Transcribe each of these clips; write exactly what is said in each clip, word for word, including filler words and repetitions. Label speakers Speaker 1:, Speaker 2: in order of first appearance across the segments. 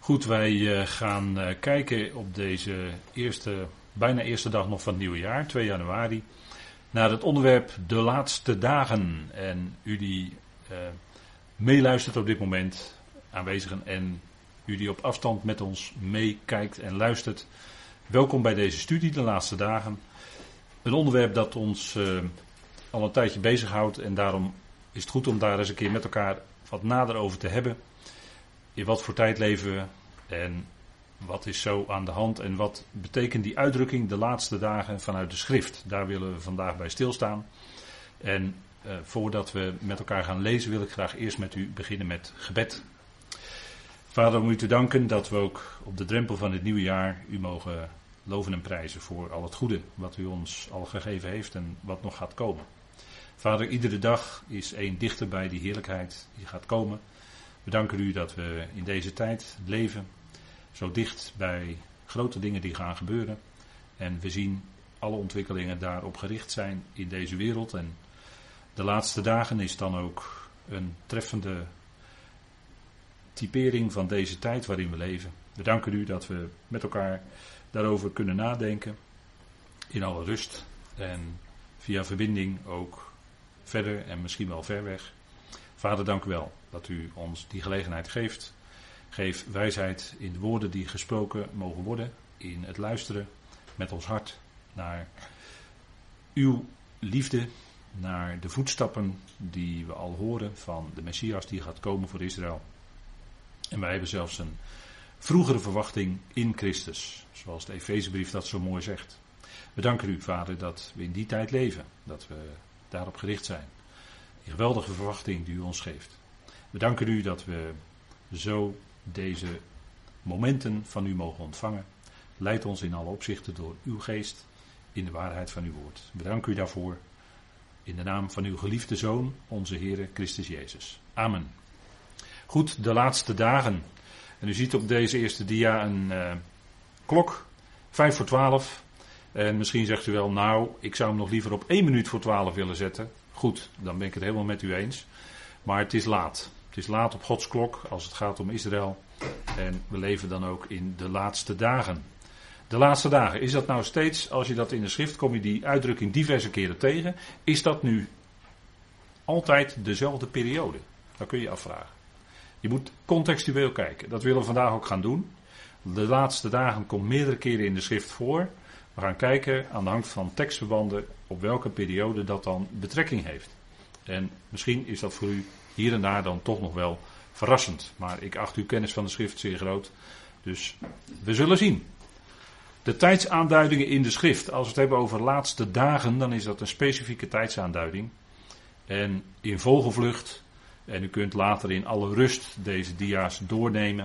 Speaker 1: Goed, wij uh, gaan uh, kijken op deze eerste, bijna eerste dag nog van het nieuwe jaar, twee januari, naar het onderwerp de laatste dagen. En u die uh, meeluistert op dit moment, aanwezigen, en u die op afstand met ons meekijkt en luistert, welkom bij deze studie, de laatste dagen. Een onderwerp dat ons uh, al een tijdje bezighoudt en daarom is het goed om daar eens een keer met elkaar wat nader over te hebben. In wat voor tijd leven we en wat is zo aan de hand en wat betekent die uitdrukking de laatste dagen vanuit de schrift. Daar willen we vandaag bij stilstaan. En uh, voordat we met elkaar gaan lezen wil ik graag eerst met u beginnen met gebed. Vader, om u te danken dat we ook op de drempel van het nieuwe jaar u mogen loven en prijzen voor al het goede wat u ons al gegeven heeft en wat nog gaat komen. Vader, iedere dag is één dichter bij die heerlijkheid die gaat komen. We danken u dat we in deze tijd leven, zo dicht bij grote dingen die gaan gebeuren. En we zien alle ontwikkelingen daarop gericht zijn in deze wereld. En de laatste dagen is dan ook een treffende typering van deze tijd waarin we leven. We danken u dat we met elkaar daarover kunnen nadenken in alle rust. En via verbinding ook verder en misschien wel ver weg. Vader, dank u wel dat u ons die gelegenheid geeft. Geef wijsheid in de woorden die gesproken mogen worden, in het luisteren met ons hart naar uw liefde, naar de voetstappen die we al horen van de Messias die gaat komen voor Israël. En wij hebben zelfs een vroegere verwachting in Christus, zoals de Efezebrief dat zo mooi zegt. We danken u, Vader, dat we in die tijd leven, dat we daarop gericht zijn. Die geweldige verwachting die u ons geeft. We danken u dat we zo deze momenten van u mogen ontvangen. Leid ons in alle opzichten door uw geest in de waarheid van uw woord. We danken u daarvoor in de naam van uw geliefde Zoon, onze Heere Christus Jezus. Amen. Goed, de laatste dagen. En u ziet op deze eerste dia een uh, klok, vijf voor twaalf. En misschien zegt u wel, nou, ik zou hem nog liever op één minuut voor twaalf willen zetten. Goed, dan ben ik het helemaal met u eens. Maar het is laat. Het is laat op Gods klok als het gaat om Israël. En we leven dan ook in de laatste dagen. De laatste dagen, is dat nou steeds, als je dat in de schrift, kom je die uitdrukking diverse keren tegen. Is dat nu altijd dezelfde periode? Dat kun je je afvragen. Je moet contextueel kijken. Dat willen we vandaag ook gaan doen. De laatste dagen komt meerdere keren in de schrift voor. We gaan kijken aan de hand van tekstverbanden op welke periode dat dan betrekking heeft. En misschien is dat voor u hier en daar dan toch nog wel verrassend. Maar ik acht uw kennis van de schrift zeer groot. Dus we zullen zien. De tijdsaanduidingen in de schrift. Als we het hebben over laatste dagen, dan is dat een specifieke tijdsaanduiding. En in vogelvlucht. En u kunt later in alle rust deze dia's doornemen.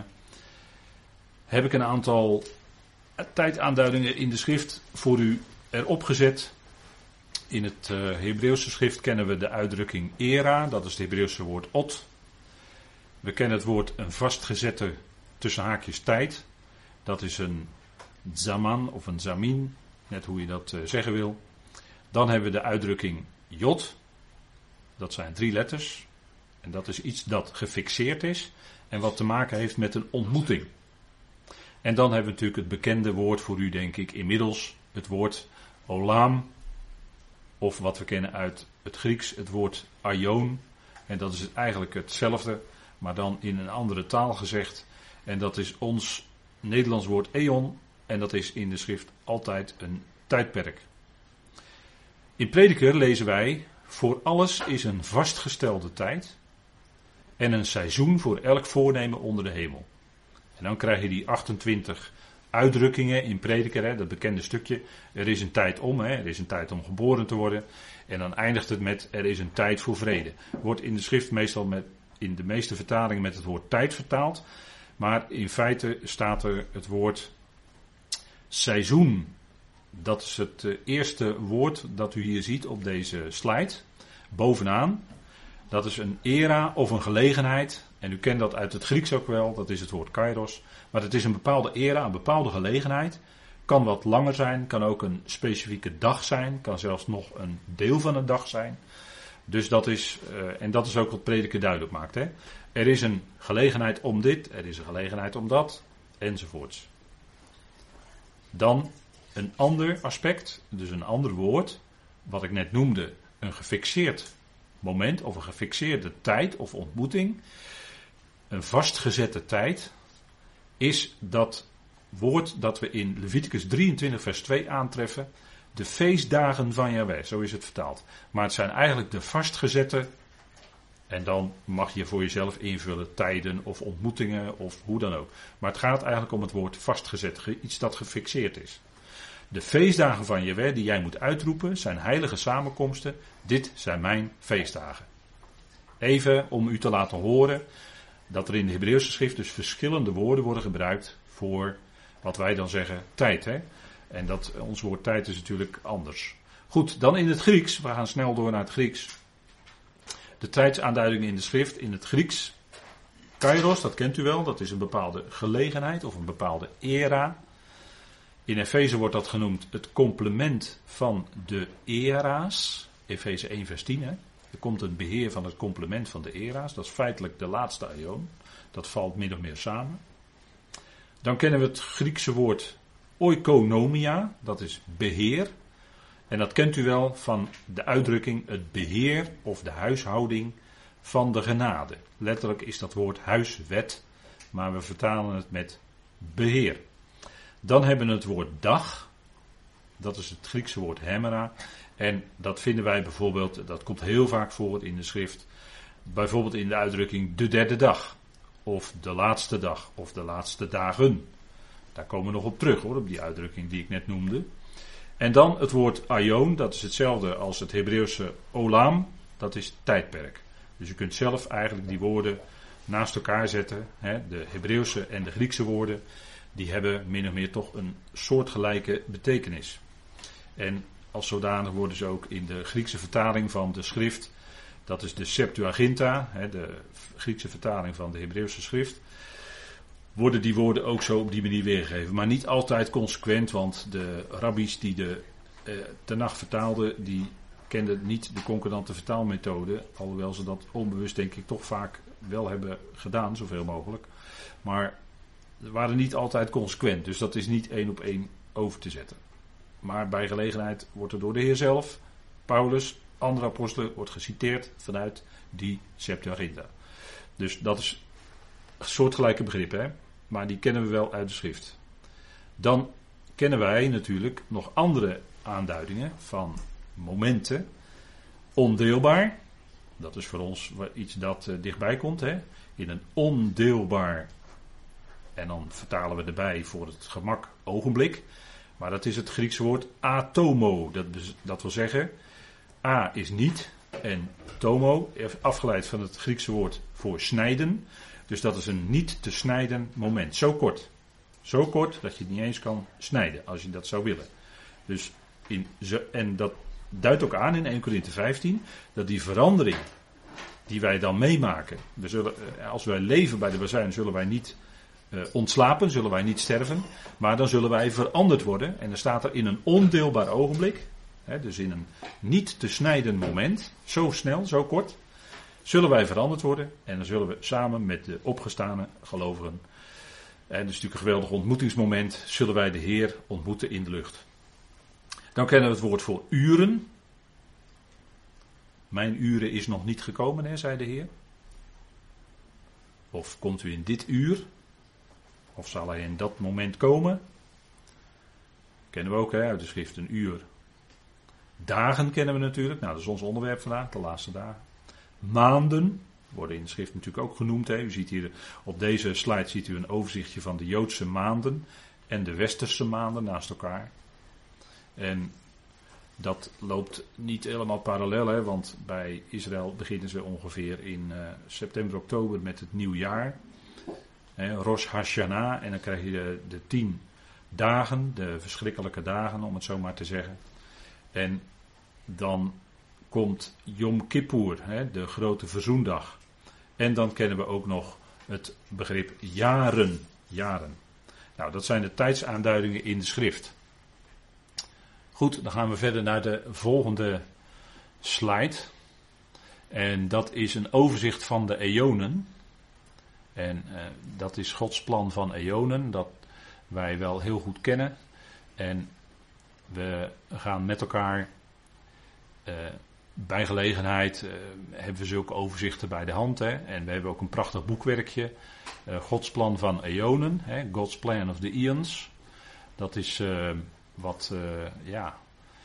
Speaker 1: Heb ik een aantal tijdaanduidingen in de schrift voor u erop gezet. In het uh, Hebreeuwse schrift kennen we de uitdrukking era, dat is het Hebreeuwse woord ot. We kennen het woord een vastgezette tussen haakjes tijd. Dat is een zaman of een zamin, net hoe je dat uh, zeggen wil. Dan hebben we de uitdrukking jot, dat zijn drie letters. En dat is iets dat gefixeerd is en wat te maken heeft met een ontmoeting. En dan hebben we natuurlijk het bekende woord voor u, denk ik, inmiddels, het woord olam. Of wat we kennen uit het Grieks, het woord aion. En dat is eigenlijk hetzelfde, maar dan in een andere taal gezegd. En dat is ons Nederlands woord eon. En dat is in de schrift altijd een tijdperk. In Prediker lezen wij, voor alles is een vastgestelde tijd. En een seizoen voor elk voornemen onder de hemel. En dan krijg je die achtentwintig uitdrukkingen in Prediker, hè, dat bekende stukje. Er is een tijd om, hè, er is een tijd om geboren te worden. En dan eindigt het met, er is een tijd voor vrede. Wordt in de schrift meestal met, in de meeste vertalingen met het woord tijd vertaald. Maar in feite staat er het woord seizoen. Dat is het uh, eerste woord dat u hier ziet op deze slide. Bovenaan. Dat is een era of een gelegenheid. En u kent dat uit het Grieks ook wel, dat is het woord kairos. Maar het is een bepaalde era, een bepaalde gelegenheid. Kan wat langer zijn, kan ook een specifieke dag zijn. Kan zelfs nog een deel van een dag zijn. Dus dat is, uh, en dat is ook wat Prediker duidelijk maakt. Hè? Er is een gelegenheid om dit, er is een gelegenheid om dat, enzovoorts. Dan een ander aspect, dus een ander woord, wat ik net noemde, een gefixeerd moment of een gefixeerde tijd of ontmoeting, een vastgezette tijd, is dat woord dat we in Leviticus drieëntwintig vers twee aantreffen, de feestdagen van Jahweh, zo is het vertaald. Maar het zijn eigenlijk de vastgezette, en dan mag je voor jezelf invullen tijden of ontmoetingen of hoe dan ook. Maar het gaat eigenlijk om het woord vastgezet, iets dat gefixeerd is. De feestdagen van Jahweh die jij moet uitroepen zijn heilige samenkomsten. Dit zijn mijn feestdagen. Even om u te laten horen dat er in de Hebreeuwse schrift dus verschillende woorden worden gebruikt voor wat wij dan zeggen tijd. Hè? En dat, ons woord tijd is natuurlijk anders. Goed, dan in het Grieks. We gaan snel door naar het Grieks. De tijdsaanduidingen in de schrift in het Grieks. Kairos, dat kent u wel. Dat is een bepaalde gelegenheid of een bepaalde era. In Efeze wordt dat genoemd het complement van de era's. Efeze één vers tien. Hè? Er komt een beheer van het complement van de era's. Dat is feitelijk de laatste aion. Dat valt min of meer samen. Dan kennen we het Griekse woord oikonomia. Dat is beheer. En dat kent u wel van de uitdrukking het beheer of de huishouding van de genade. Letterlijk is dat woord huiswet. Maar we vertalen het met beheer. Dan hebben we het woord dag. Dat is het Griekse woord hemera. En dat vinden wij bijvoorbeeld, dat komt heel vaak voor in de schrift. Bijvoorbeeld in de uitdrukking de derde dag. Of de laatste dag. Of de laatste dagen. Daar komen we nog op terug hoor, op die uitdrukking die ik net noemde. En dan het woord aion. Dat is hetzelfde als het Hebreeuwse olam. Dat is tijdperk. Dus je kunt zelf eigenlijk die woorden naast elkaar zetten. Hè, de Hebreeuwse en de Griekse woorden. Die hebben min of meer toch een soortgelijke betekenis. En als zodanig worden ze ook in de Griekse vertaling van de schrift, dat is de Septuaginta, de Griekse vertaling van de Hebreeuwse schrift, worden die woorden ook zo op die manier weergegeven. Maar niet altijd consequent, want de rabbies die de eh, Tenach vertaalden, die kenden niet de concordante vertaalmethode, alhoewel ze dat onbewust denk ik toch vaak wel hebben gedaan, zoveel mogelijk. Maar ze waren niet altijd consequent, dus dat is niet één op één over te zetten. Maar bij gelegenheid wordt er door de Heer zelf, Paulus, andere apostelen, wordt geciteerd vanuit die Septuaginta. Dus dat is een soortgelijke begrip, hè? Maar die kennen we wel uit de schrift. Dan kennen wij natuurlijk nog andere aanduidingen van momenten. Ondeelbaar, dat is voor ons iets dat uh, dichtbij komt, hè? In een ondeelbaar, en dan vertalen we erbij voor het gemak ogenblik. Maar dat is het Griekse woord atomo. Dat, dat wil zeggen, a is niet en tomo, afgeleid van het Griekse woord voor snijden. Dus dat is een niet te snijden moment. Zo kort. Zo kort dat je het niet eens kan snijden als je dat zou willen. Dus in, en dat duidt ook aan in eerste Korinthe vijftien dat die verandering die wij dan meemaken. We zullen, als wij leven bij de bazuin zullen wij niet Uh, ontslapen, zullen wij niet sterven, maar dan zullen wij veranderd worden. En dan staat er in een ondeelbaar ogenblik, hè, dus in een niet te snijden moment, zo snel, zo kort, zullen wij veranderd worden. En dan zullen we samen met de opgestane gelovigen, en dat is natuurlijk een geweldig ontmoetingsmoment, zullen wij de Heer ontmoeten in de lucht. Dan kennen we het woord voor uren. Mijn uren is nog niet gekomen, hè, zei de Heer. Of komt u in dit uur? Of zal hij in dat moment komen? Kennen we ook hè, uit de schrift een uur. Dagen kennen we natuurlijk. Nou, dat is ons onderwerp vandaag, de laatste dagen. Maanden worden in de schrift natuurlijk ook genoemd. Hè. U ziet hier op deze slide ziet u een overzichtje van de Joodse maanden en de westerse maanden naast elkaar. En dat loopt niet helemaal parallel, hè, want bij Israël beginnen ze ongeveer in uh, september, oktober met het nieuwjaar. He, Rosh Hashanah, en dan krijg je de, de tien dagen, de verschrikkelijke dagen om het zo maar te zeggen. En dan komt Yom Kippur, he, de grote verzoendag. En dan kennen we ook nog het begrip jaren. Jaren. Nou, dat zijn de tijdsaanduidingen in de schrift. Goed, dan gaan we verder naar de volgende slide. En dat is een overzicht van de eonen. En uh, dat is Gods plan van eonen, dat wij wel heel goed kennen. En we gaan met elkaar, uh, bij gelegenheid, uh, hebben we zulke overzichten bij de hand. Hè? En we hebben ook een prachtig boekwerkje, uh, Gods plan van eonen, hè? God's Plan of the Eons. Dat is uh, wat, uh, ja,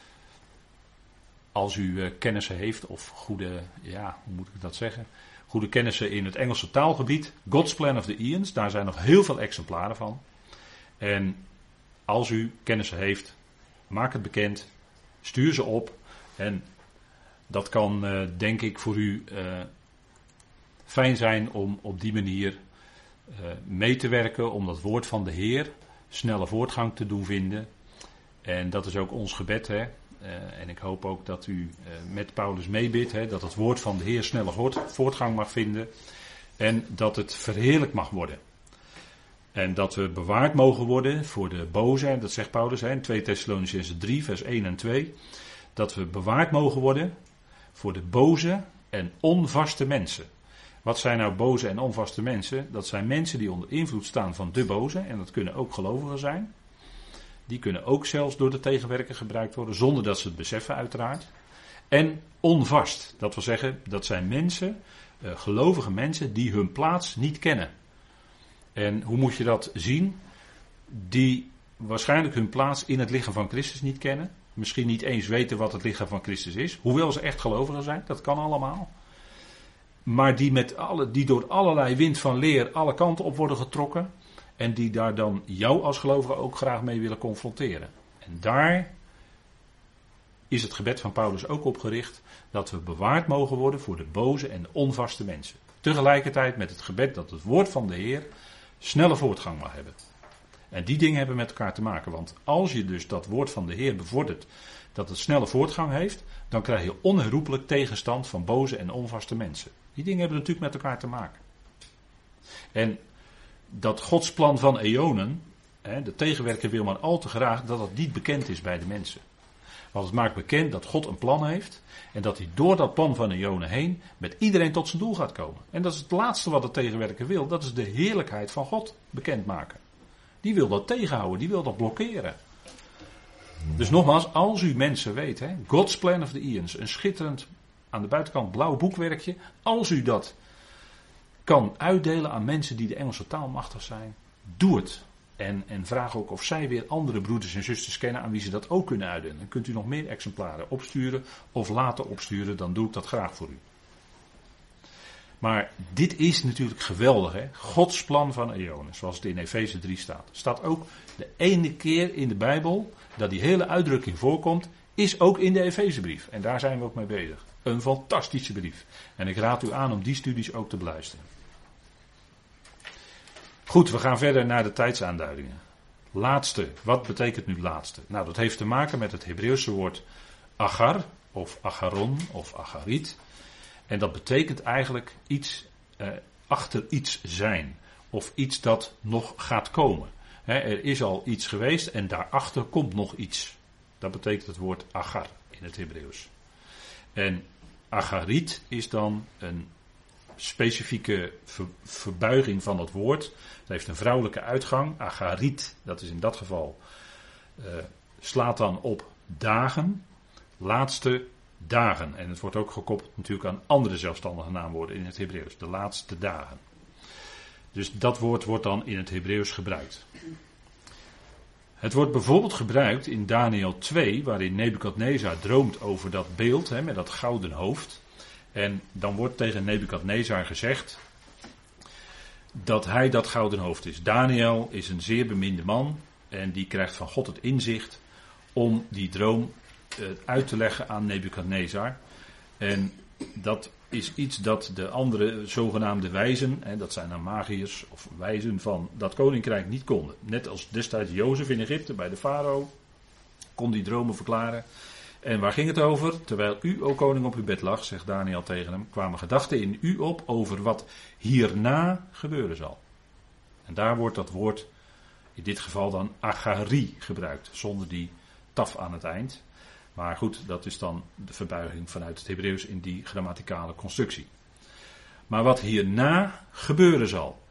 Speaker 1: als u uh, kennissen heeft, of goede, ja, hoe moet ik dat zeggen, goede kennissen in het Engelse taalgebied, God's Plan of the Eons, daar zijn nog heel veel exemplaren van. En als u kennissen heeft, maak het bekend, stuur ze op. En dat kan, uh, denk ik, voor u uh, fijn zijn om op die manier uh, mee te werken, om dat woord van de Heer snelle voortgang te doen vinden. En dat is ook ons gebed, hè. Uh, en ik hoop ook dat u uh, met Paulus meebidt, hè, dat het woord van de Heer snelle voortgang mag vinden. En dat het verheerlijk mag worden. En dat we bewaard mogen worden voor de boze, en dat zegt Paulus hè, in twee Thessalonicenzen drie, vers één en twee. Dat we bewaard mogen worden voor de boze en onvaste mensen. Wat zijn nou boze en onvaste mensen? Dat zijn mensen die onder invloed staan van de boze, en dat kunnen ook gelovigen zijn. Die kunnen ook zelfs door de tegenwerker gebruikt worden, zonder dat ze het beseffen uiteraard. En onvast, dat wil zeggen, dat zijn mensen, uh, gelovige mensen, die hun plaats niet kennen. En hoe moet je dat zien? Die waarschijnlijk hun plaats in het lichaam van Christus niet kennen. Misschien niet eens weten wat het lichaam van Christus is. Hoewel ze echt gelovigen zijn, dat kan allemaal. Maar die, met alle, die door allerlei wind van leer alle kanten op worden getrokken. En die daar dan jou als gelovige ook graag mee willen confronteren. En daar is het gebed van Paulus ook op gericht. Dat we bewaard mogen worden voor de boze en de onvaste mensen. Tegelijkertijd met het gebed dat het woord van de Heer snelle voortgang mag hebben. En die dingen hebben met elkaar te maken. Want als je dus dat woord van de Heer bevordert, dat het snelle voortgang heeft, dan krijg je onherroepelijk tegenstand van boze en onvaste mensen. Die dingen hebben natuurlijk met elkaar te maken. En dat Gods plan van eonen, de tegenwerker wil maar al te graag dat dat niet bekend is bij de mensen. Want het maakt bekend dat God een plan heeft en dat hij door dat plan van eonen heen met iedereen tot zijn doel gaat komen. En dat is het laatste wat de tegenwerker wil, dat is de heerlijkheid van God bekendmaken. Die wil dat tegenhouden, die wil dat blokkeren. Dus nogmaals, als u mensen weet, hè, God's Plan of the Eons, een schitterend aan de buitenkant blauw boekwerkje, als u dat kan uitdelen aan mensen die de Engelse taal machtig zijn, doe het. En, en vraag ook of zij weer andere broeders en zusters kennen aan wie ze dat ook kunnen uitdelen. Dan kunt u nog meer exemplaren opsturen of laten opsturen, dan doe ik dat graag voor u. Maar dit is natuurlijk geweldig, hè? Gods plan van eonen, zoals het in Efeze drie staat. Staat ook de ene keer in de Bijbel dat die hele uitdrukking voorkomt, is ook in de Efezebrief. En daar zijn we ook mee bezig. Een fantastische brief. En ik raad u aan om die studies ook te beluisteren. Goed, we gaan verder naar de tijdsaanduidingen. Laatste, wat betekent nu laatste? Nou, dat heeft te maken met het Hebreeuwse woord agar, of agaron, of agarit. En dat betekent eigenlijk iets eh, achter iets zijn. Of iets dat nog gaat komen. He, er is al iets geweest en daarachter komt nog iets. Dat betekent het woord agar in het Hebreeuws. En agarit is dan een specifieke ver, verbuiging van het woord. Het heeft een vrouwelijke uitgang. Agarit, dat is in dat geval, uh, slaat dan op dagen. Laatste dagen. En het wordt ook gekoppeld natuurlijk aan andere zelfstandige naamwoorden in het Hebreeuws. De laatste dagen. Dus dat woord wordt dan in het Hebreeuws gebruikt. Het wordt bijvoorbeeld gebruikt in Daniel twee, waarin Nebukadnezar droomt over dat beeld hè, met dat gouden hoofd. En dan wordt tegen Nebukadnezar gezegd dat hij dat gouden hoofd is. Daniel is een zeer beminde man en die krijgt van God het inzicht om die droom uit te leggen aan Nebukadnezar. En dat is iets dat de andere zogenaamde wijzen, hè, dat zijn dan magiërs of wijzen van dat koninkrijk niet konden. Net als destijds Jozef in Egypte bij de farao kon die dromen verklaren. En waar ging het over? Terwijl u, o koning, op uw bed lag, zegt Daniel tegen hem, kwamen gedachten in u op over wat hierna gebeuren zal. En daar wordt dat woord, in dit geval dan agari, gebruikt, zonder die taf aan het eind. Maar goed, dat is dan de verbuiging vanuit het Hebreeuws in die grammaticale constructie. Maar wat hierna gebeuren zal.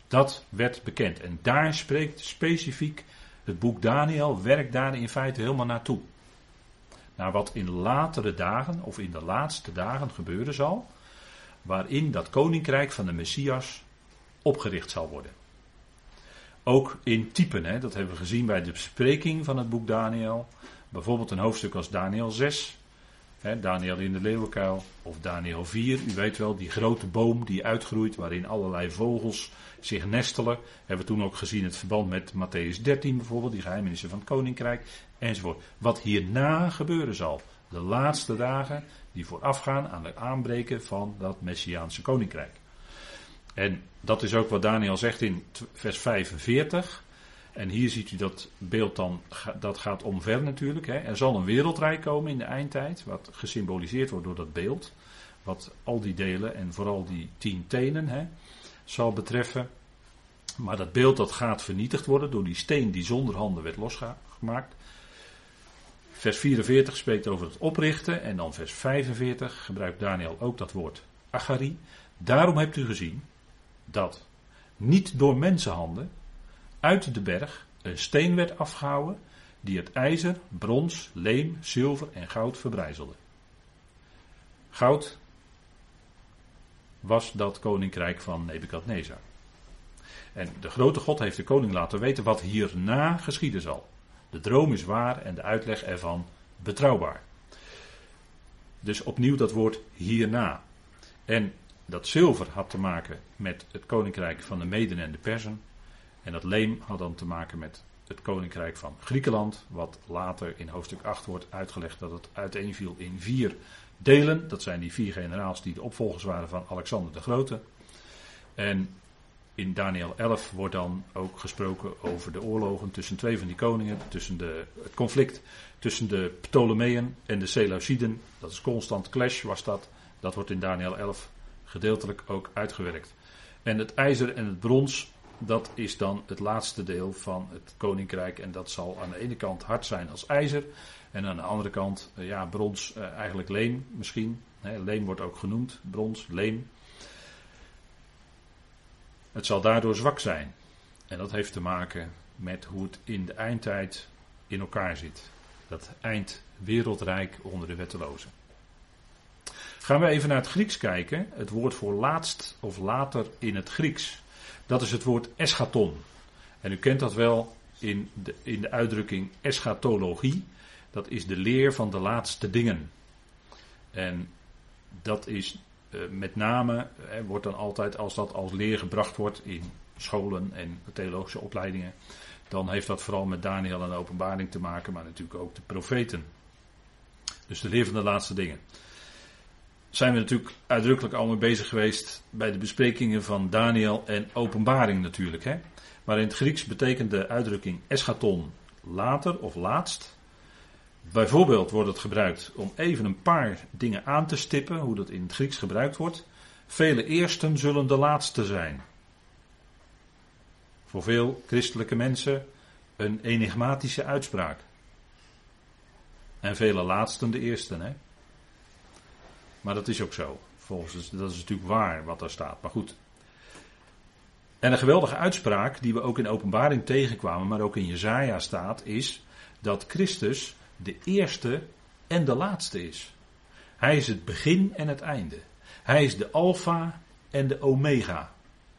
Speaker 1: Dat werd bekend. En daar spreekt specifiek het boek Daniel, werkt daar in feite helemaal naartoe. Naar wat in latere dagen, of in de laatste dagen gebeuren zal, waarin dat koninkrijk van de Messias opgericht zal worden. Ook in typen, hè, dat hebben we gezien bij de bespreking van het boek Daniel. Bijvoorbeeld een hoofdstuk als Daniel zes, hè, Daniel in de leeuwenkuil, of Daniel vier, u weet wel, die grote boom die uitgroeit, waarin allerlei vogels zich nestelen. Hebben we toen ook gezien het verband met Mattheüs dertien bijvoorbeeld, die geheimenissen van het koninkrijk, enzovoort. Wat hierna gebeuren zal, de laatste dagen die voorafgaan aan het aanbreken van dat Messiaanse koninkrijk. En dat is ook wat Daniel zegt in vers vijfenveertig. En hier ziet u dat beeld dan, dat gaat omver natuurlijk. Hè. Er zal een wereldrijk komen in de eindtijd, wat gesymboliseerd wordt door dat beeld. Wat al die delen en vooral die tien tenen hè, zal betreffen. Maar dat beeld dat gaat vernietigd worden door die steen die zonder handen werd losgemaakt. Vers vierenveertig spreekt over het oprichten en dan vers vijfenveertig gebruikt Daniel ook dat woord achari. Daarom hebt u gezien dat niet door mensenhanden uit de berg een steen werd afgehouwen die het ijzer, brons, leem, zilver en goud verbrijzelde. Goud was dat koninkrijk van Nebukadnezar. En de grote God heeft de koning laten weten wat hierna geschieden zal. De droom is waar en de uitleg ervan betrouwbaar. Dus opnieuw dat woord hierna. En dat zilver had te maken met het koninkrijk van de Meden en de Perzen. En dat leem had dan te maken met het koninkrijk van Griekenland. Wat later in hoofdstuk acht wordt uitgelegd dat het uiteenviel in vier delen. Dat zijn die vier generaals die de opvolgers waren van Alexander de Grote. En in Daniel elf wordt dan ook gesproken over de oorlogen tussen twee van die koningen. Tussen de, het conflict tussen de Ptolemeën en de Seleuciden. Dat is constant clash was dat. Dat wordt in Daniel elf gedeeltelijk ook uitgewerkt. En het ijzer en het brons, dat is dan het laatste deel van het koninkrijk. En dat zal aan de ene kant hard zijn als ijzer. En aan de andere kant, ja, brons, eigenlijk leem misschien. Leem wordt ook genoemd, brons, leem. Het zal daardoor zwak zijn. En dat heeft te maken met hoe het in de eindtijd in elkaar zit. Dat eindwereldrijk onder de wettelozen. Gaan we even naar het Grieks kijken. Het woord voor laatst of later in het Grieks. Dat is het woord eschaton. En u kent dat wel in de, in de uitdrukking eschatologie. Dat is de leer van de laatste dingen. En dat is uh, met name, eh, wordt dan altijd als dat als leer gebracht wordt in scholen en theologische opleidingen. Dan heeft dat vooral met Daniel en de Openbaring te maken, maar natuurlijk ook de profeten. Dus de leer van de laatste dingen. Zijn we natuurlijk uitdrukkelijk al mee bezig geweest bij de besprekingen van Daniel en Openbaring natuurlijk. Hè? Maar in het Grieks betekent de uitdrukking eschaton later of laatst. Bijvoorbeeld wordt het gebruikt om even een paar dingen aan te stippen, hoe dat in het Grieks gebruikt wordt. Vele eersten zullen de laatste zijn. Voor veel christelijke mensen een enigmatische uitspraak. En vele laatsten de eersten, hè. Maar dat is ook zo. Volgens, dat is natuurlijk waar wat daar staat. Maar goed. En een geweldige uitspraak die we ook in Openbaring tegenkwamen, maar ook in Jesaja staat, is dat Christus de eerste en de laatste is. Hij is het begin en het einde. Hij is de alfa en de omega.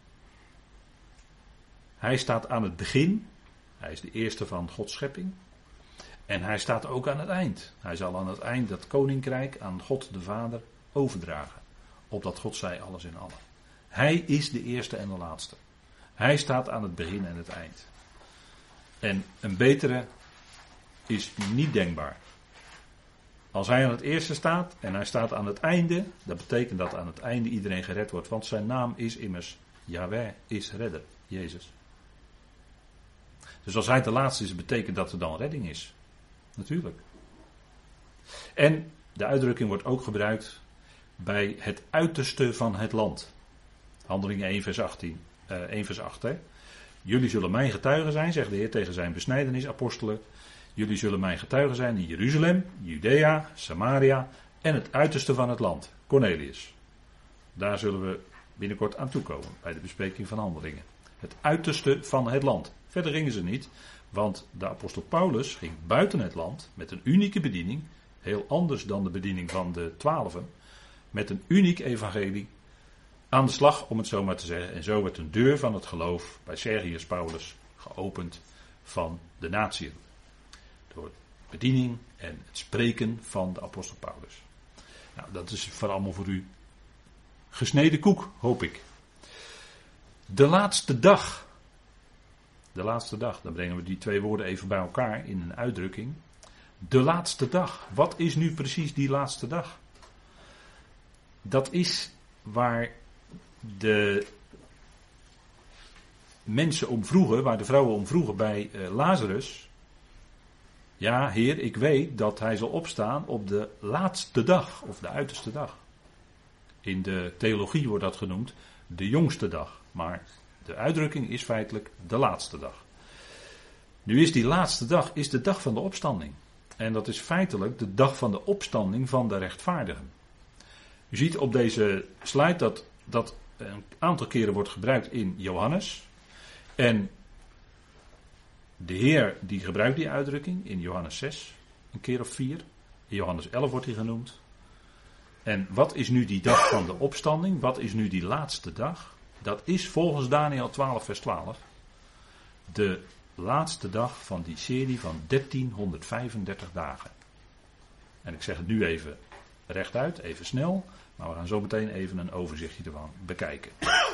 Speaker 1: Hij staat aan het begin. Hij is de eerste van Gods schepping. En hij staat ook aan het eind. Hij zal aan het eind dat koninkrijk aan God de Vader overdragen. Opdat God zij alles in allen. Hij is de eerste en de laatste. Hij staat aan het begin en het eind. En een betere is niet denkbaar. Als hij aan het eerste staat en hij staat aan het einde, dat betekent dat aan het einde iedereen gered wordt. Want zijn naam is immers Yahweh is redder, Jezus. Dus als hij de laatste is, betekent dat er dan redding is. Natuurlijk. En de uitdrukking wordt ook gebruikt bij het uiterste van het land. Handelingen één vers achttien, uh, één vers acht. Hè. Jullie zullen mijn getuigen zijn, zegt de Heer tegen zijn besnijdenisapostelen. Jullie zullen mijn getuigen zijn in Jeruzalem, Judea, Samaria en het uiterste van het land. Cornelius. Daar zullen we binnenkort aan toekomen bij de bespreking van Handelingen. Het uiterste van het land. Verder gingen ze niet, want de apostel Paulus ging buiten het land met een unieke bediening. Heel anders dan de bediening van de twaalfen. Met een uniek evangelie aan de slag, om het zo maar te zeggen. En zo werd een deur van het geloof bij Sergius Paulus geopend van de natieën. Door bediening en het spreken van de apostel Paulus. Nou, dat is voor allemaal voor u gesneden koek, hoop ik. De laatste dag. De laatste dag, dan brengen we die twee woorden even bij elkaar in een uitdrukking. De laatste dag. Wat is nu precies die laatste dag? Dat is waar de mensen om vroegen, waar de vrouwen om vroegen bij uh, Lazarus. Ja, Heer, ik weet dat hij zal opstaan op de laatste dag, of de uiterste dag. In de theologie wordt dat genoemd de jongste dag. Maar de uitdrukking is feitelijk de laatste dag. Nu is die laatste dag is de dag van de opstanding. En dat is feitelijk de dag van de opstanding van de rechtvaardigen. U ziet op deze slide dat dat een aantal keren wordt gebruikt in Johannes. En de Heer die gebruikt die uitdrukking in Johannes zes, een keer of vier. In Johannes elf wordt hij genoemd. En wat is nu die dag van de opstanding? Wat is nu die laatste dag? Dat is volgens Daniël twaalf vers twaalf de laatste dag van die serie van dertienhonderdvijfendertig dagen. En ik zeg het nu even rechtuit, even snel, maar we gaan zo meteen even een overzichtje ervan bekijken.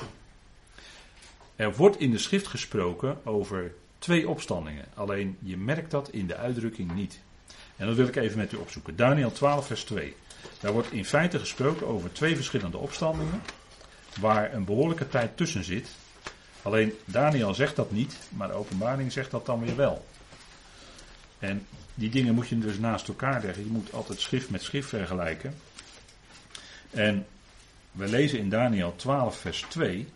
Speaker 1: Er wordt in de schrift gesproken over twee opstandingen, alleen je merkt dat in de uitdrukking niet. En dat wil ik even met u opzoeken. Daniël twaalf vers twee. Daar wordt in feite gesproken over twee verschillende opstandingen, waar een behoorlijke tijd tussen zit. Alleen Daniël zegt dat niet, maar de Openbaring zegt dat dan weer wel. En die dingen moet je dus naast elkaar leggen. Je moet altijd schrift met schrift vergelijken. En we lezen in Daniël twaalf vers twee.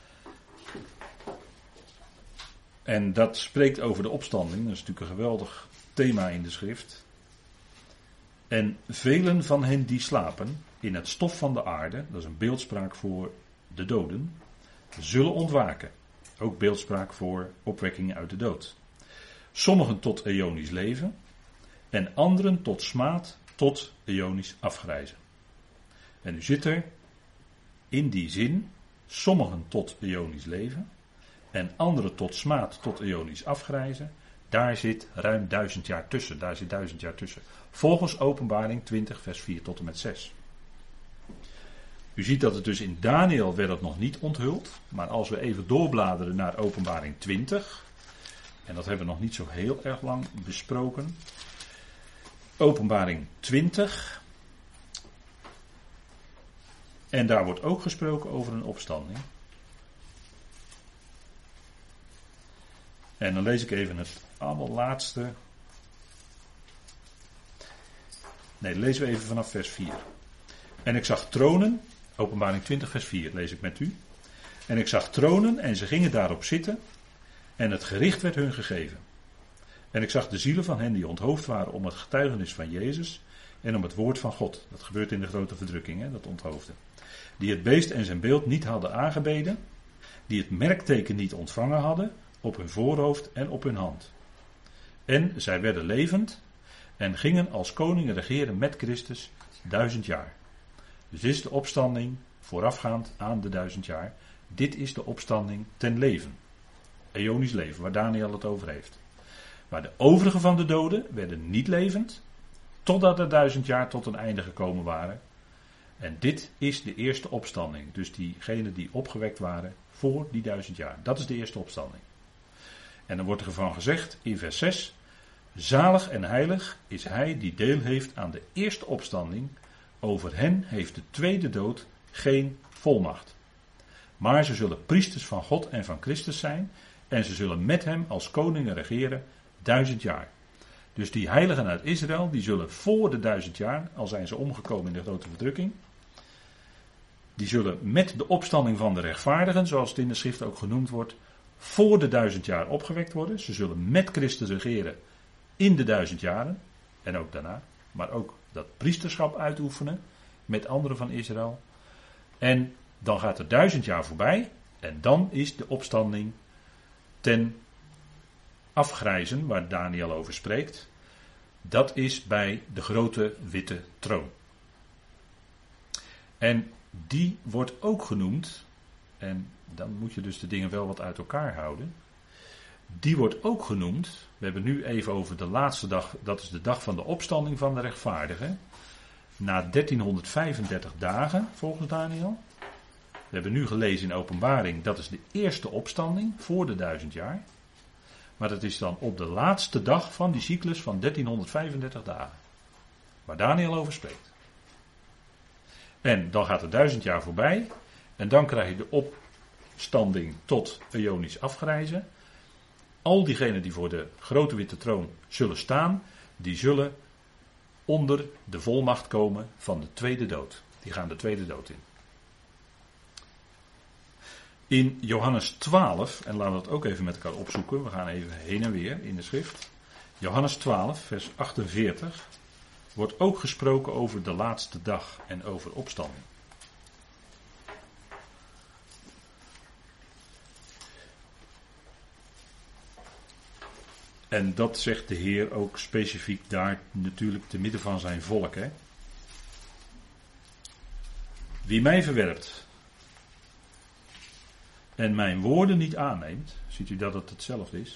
Speaker 1: En dat spreekt over de opstanding. Dat is natuurlijk een geweldig thema in de schrift. En velen van hen die slapen in het stof van de aarde, dat is een beeldspraak voor de doden, zullen ontwaken. Ook beeldspraak voor opwekking uit de dood. Sommigen tot eonisch leven en anderen tot smaad, tot eonisch afgrijzen. En u zit er in die zin, sommigen tot eonisch leven en anderen tot smaad, tot eonisch afgrijzen. Daar zit ruim duizend jaar tussen. Daar zit duizend jaar tussen. Volgens Openbaring twintig vers vier tot en met zes. U ziet dat het dus in Daniël werd het nog niet onthuld. Maar als we even doorbladeren naar Openbaring twintig. En dat hebben we nog niet zo heel erg lang besproken. Openbaring twintig. En daar wordt ook gesproken over een opstanding. En dan lees ik even het allerlaatste. Nee, lezen we even vanaf vers vier. En ik zag tronen, Openbaring twintig vers vier lees ik met u. En ik zag tronen en ze gingen daarop zitten en het gericht werd hun gegeven. En ik zag de zielen van hen die onthoofd waren om het getuigenis van Jezus en om het woord van God. Dat gebeurt in de grote verdrukking, hè, dat onthoofden. Die het beest en zijn beeld niet hadden aangebeden, die het merkteken niet ontvangen hadden op hun voorhoofd en op hun hand. En zij werden levend en gingen als koningen regeren met Christus duizend jaar. Dus dit is de opstanding voorafgaand aan de duizend jaar. Dit is de opstanding ten leven. Eonisch leven, waar Daniël het over heeft. Maar de overige van de doden werden niet levend, totdat de duizend jaar tot een einde gekomen waren. En dit is de eerste opstanding. Dus diegenen die opgewekt waren voor die duizend jaar. Dat is de eerste opstanding. En dan wordt er van gezegd in vers zes. Zalig en heilig is hij die deel heeft aan de eerste opstanding. Over hen heeft de tweede dood geen volmacht. Maar ze zullen priesters van God en van Christus zijn. En ze zullen met hem als koningen regeren duizend jaar. Dus die heiligen uit Israël, die zullen voor de duizend jaar, al zijn ze omgekomen in de grote verdrukking. Die zullen met de opstanding van de rechtvaardigen, zoals het in de schrift ook genoemd wordt, voor de duizend jaar opgewekt worden. Ze zullen met Christus regeren in de duizend jaren. En ook daarna. Maar ook dat priesterschap uitoefenen met anderen van Israël. En dan gaat er duizend jaar voorbij. En dan is de opstanding ten afgrijzen, waar Daniel over spreekt, dat is bij de grote witte troon. En die wordt ook genoemd, en dan moet je dus de dingen wel wat uit elkaar houden. Die wordt ook genoemd, we hebben nu even over de laatste dag, dat is de dag van de opstanding van de rechtvaardigen. Na dertienhonderdvijfendertig dagen, volgens Daniel. We hebben nu gelezen in Openbaring, dat is de eerste opstanding voor de duizend jaar. Maar dat is dan op de laatste dag van die cyclus van dertienhonderdvijfendertig dagen. Waar Daniel over spreekt. En dan gaat er duizend jaar voorbij. En dan krijg je de opstanding tot eonisch afgrijzen. Al diegenen die voor de grote witte troon zullen staan, die zullen onder de volmacht komen van de tweede dood. Die gaan de tweede dood in. In Johannes twaalf, en laten we dat ook even met elkaar opzoeken, we gaan even heen en weer in de schrift. Johannes twaalf, vers achtenveertig, wordt ook gesproken over de laatste dag en over opstanding. En dat zegt de Heer ook specifiek daar natuurlijk te midden van zijn volk. Hè? Wie mij verwerpt en mijn woorden niet aanneemt, ziet u dat het hetzelfde is,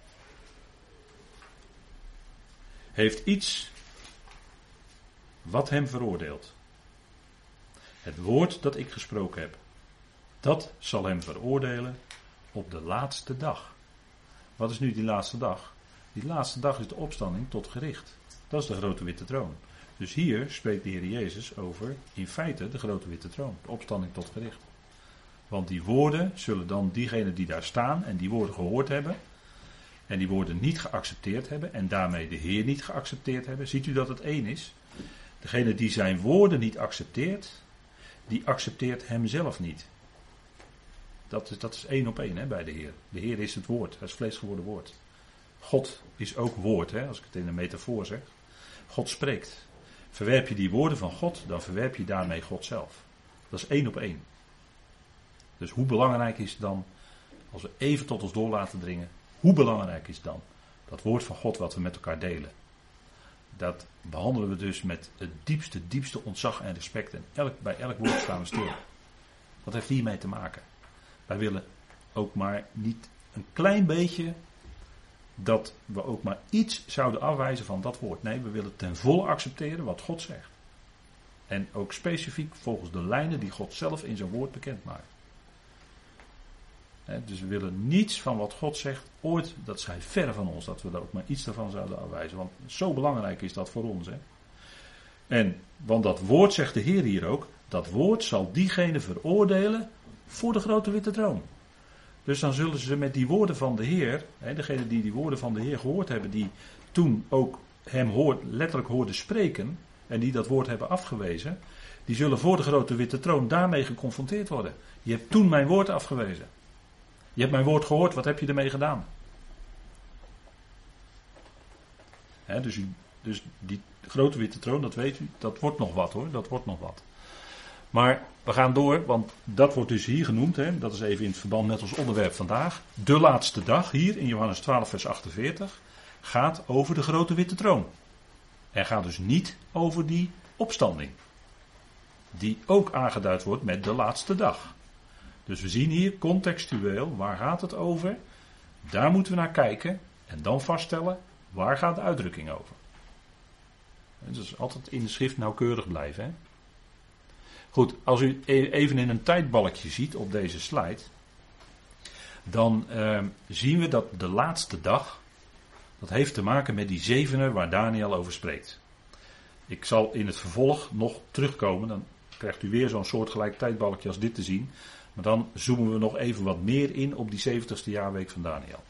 Speaker 1: heeft iets wat hem veroordeelt. Het woord dat ik gesproken heb, dat zal hem veroordelen op de laatste dag. Wat is nu die laatste dag? Die laatste dag is de opstanding tot gericht. Dat is de grote witte troon. Dus hier spreekt de Heer Jezus over in feite de grote witte troon. De opstanding tot gericht. Want die woorden zullen dan diegenen die daar staan en die woorden gehoord hebben. En die woorden niet geaccepteerd hebben. En daarmee de Heer niet geaccepteerd hebben. Ziet u dat het één is? Degene die zijn woorden niet accepteert, die accepteert hemzelf niet. Dat is, dat is één op één hè, bij de Heer. De Heer is het woord, hij is vlees geworden woord. God is ook woord, hè, als ik het in een metafoor zeg. God spreekt. Verwerp je die woorden van God, dan verwerp je daarmee God zelf. Dat is één op één. Dus hoe belangrijk is het dan, als we even tot ons door laten dringen, hoe belangrijk is dan dat woord van God wat we met elkaar delen? Dat behandelen we dus met het diepste, diepste ontzag en respect. En elk, bij elk woord staan we stil. Wat heeft hiermee te maken? Wij willen ook maar niet een klein beetje dat we ook maar iets zouden afwijzen van dat woord. Nee, we willen ten volle accepteren wat God zegt. En ook specifiek volgens de lijnen die God zelf in zijn woord bekend maakt. He, dus we willen niets van wat God zegt ooit, dat schijnt verre van ons, dat we er ook maar iets daarvan zouden afwijzen. Want zo belangrijk is dat voor ons. Hè? En, want dat woord zegt de Heer hier ook, dat woord zal diegene veroordelen voor de grote witte troon. Dus dan zullen ze met die woorden van de Heer, hè, degene die die woorden van de Heer gehoord hebben, die toen ook hem hoort, letterlijk hoorden spreken, en die dat woord hebben afgewezen, die zullen voor de grote witte troon daarmee geconfronteerd worden. Je hebt toen mijn woord afgewezen. Je hebt mijn woord gehoord, wat heb je ermee gedaan? Hè, dus, u, dus die grote witte troon, dat weet u, dat wordt nog wat hoor, dat wordt nog wat. Maar we gaan door, want dat wordt dus hier genoemd, hè, dat is even in het verband met ons onderwerp vandaag. De laatste dag, hier in Johannes twaalf vers achtenveertig, gaat over de grote witte troon. En gaat dus niet over die opstanding. Die ook aangeduid wordt met de laatste dag. Dus we zien hier contextueel, waar gaat het over? Daar moeten we naar kijken en dan vaststellen, waar gaat de uitdrukking over? En dus altijd in de schrift nauwkeurig blijven. Hè? Goed, als u even in een tijdbalkje ziet op deze slide, dan uh, zien we dat de laatste dag, dat heeft te maken met die zevener waar Daniel over spreekt. Ik zal in het vervolg nog terugkomen, dan krijgt u weer zo'n soortgelijk tijdbalkje als dit te zien. Maar dan zoomen we nog even wat meer in op die zeventigste jaarweek van Daniel.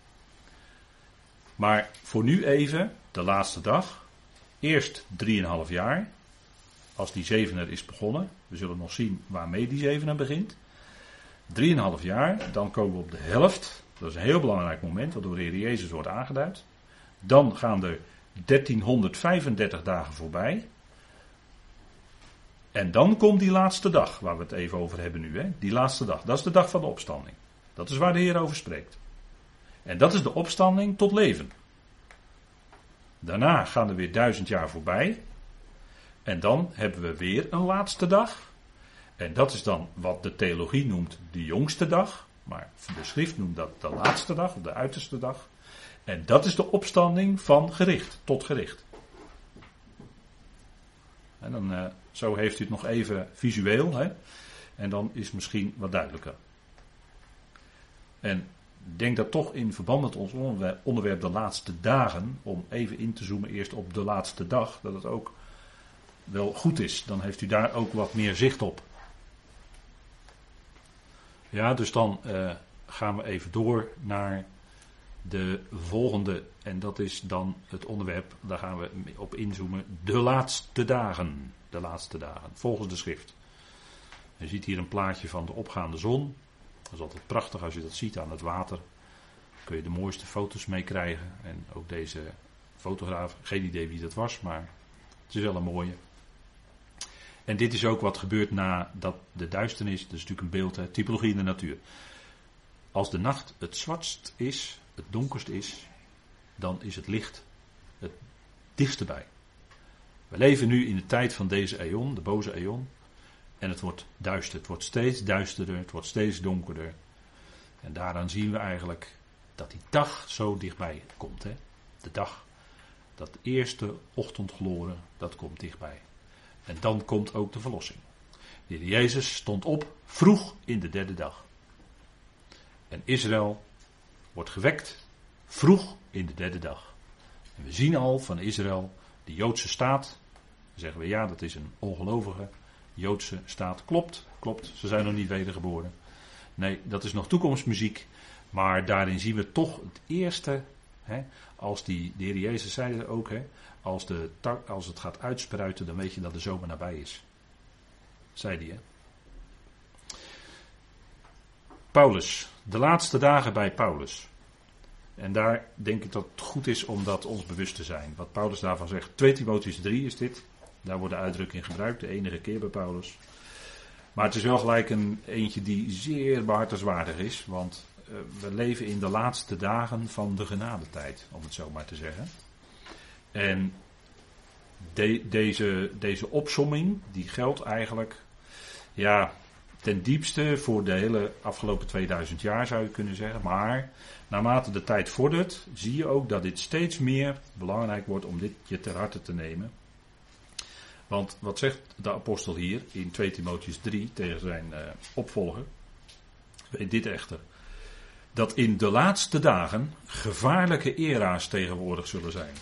Speaker 1: Maar voor nu even, de laatste dag, eerst drieënhalf jaar, als die zevener is begonnen. We zullen nog zien waarmee die zevener begint. Drieënhalf jaar, dan komen we op de helft. Dat is een heel belangrijk moment, waardoor de Heer Jezus wordt aangeduid. Dan gaan er dertienhonderdvijfendertig dagen voorbij. En dan komt die laatste dag, waar we het even over hebben nu. Hè? Die laatste dag, dat is de dag van de opstanding. Dat is waar de Heer over spreekt. En dat is de opstanding tot leven. Daarna gaan er weer duizend jaar voorbij. En dan hebben we weer een laatste dag. En dat is dan wat de theologie noemt de jongste dag. Maar de schrift noemt dat de laatste dag, of de uiterste dag. En dat is de opstanding van gericht, tot gericht. En dan, uh, zo heeft u het nog even visueel. Hè? En dan is het misschien wat duidelijker. En ik denk dat toch in verband met ons onderwerp de laatste dagen, om even in te zoomen eerst op de laatste dag, dat het ook wel goed is. Dan heeft u daar ook wat meer zicht op. Ja, dus dan uh, gaan we even door naar de volgende. En dat is dan het onderwerp, daar gaan we op inzoomen. De laatste dagen. De laatste dagen, volgens de schrift. Je ziet hier een plaatje van de opgaande zon. Dat is altijd prachtig als je dat ziet aan het water. Daar kun je de mooiste foto's mee krijgen. En ook deze fotograaf, geen idee wie dat was, maar het is wel een mooie. En dit is ook wat gebeurt nadat de duisternis, dat is natuurlijk een beeld, hè, typologie in de natuur. Als de nacht het zwartst is, het donkerst is, dan is het licht het dichtste bij. We leven nu in de tijd van deze eon, de boze eon. En het wordt duister, het wordt steeds duisterder, het wordt steeds donkerder. En daaraan zien we eigenlijk dat die dag zo dichtbij komt. Hè? De dag, dat eerste ochtendgloren, dat komt dichtbij. En dan komt ook de verlossing. De Heer Jezus stond op vroeg in de derde dag. En Israël wordt gewekt vroeg in de derde dag. En we zien al van Israël, de Joodse staat, dan zeggen we ja, dat is een ongelovige Joodse staat. Klopt, klopt, ze zijn nog niet wedergeboren. Nee, dat is nog toekomstmuziek. Maar daarin zien we toch het eerste, hè, als die, de Heer Jezus zei het ook, hè, als, de tak, als het gaat uitspruiten, dan weet je dat de zomer nabij is. Zei hij, hè. Paulus, de laatste dagen bij Paulus. En daar denk ik dat het goed is om dat ons bewust te zijn. Wat Paulus daarvan zegt. twee Timotheüs drie is dit. Daar wordt de uitdrukking gebruikt, de enige keer bij Paulus. Maar het is wel gelijk een eentje die zeer behartenswaardig is. Want uh, we leven in de laatste dagen van de genadetijd, om het zo maar te zeggen. En de, deze, deze opsomming, die geldt eigenlijk, ja, ten diepste voor de hele afgelopen tweeduizend jaar zou je kunnen zeggen. Maar naarmate de tijd vordert, zie je ook dat dit steeds meer belangrijk wordt om dit je ter harte te nemen. Want wat zegt de apostel hier in twee Timotheüs drie tegen zijn uh, opvolger? Weet dit echter. Dat in de laatste dagen gevaarlijke era's tegenwoordig zullen zijn.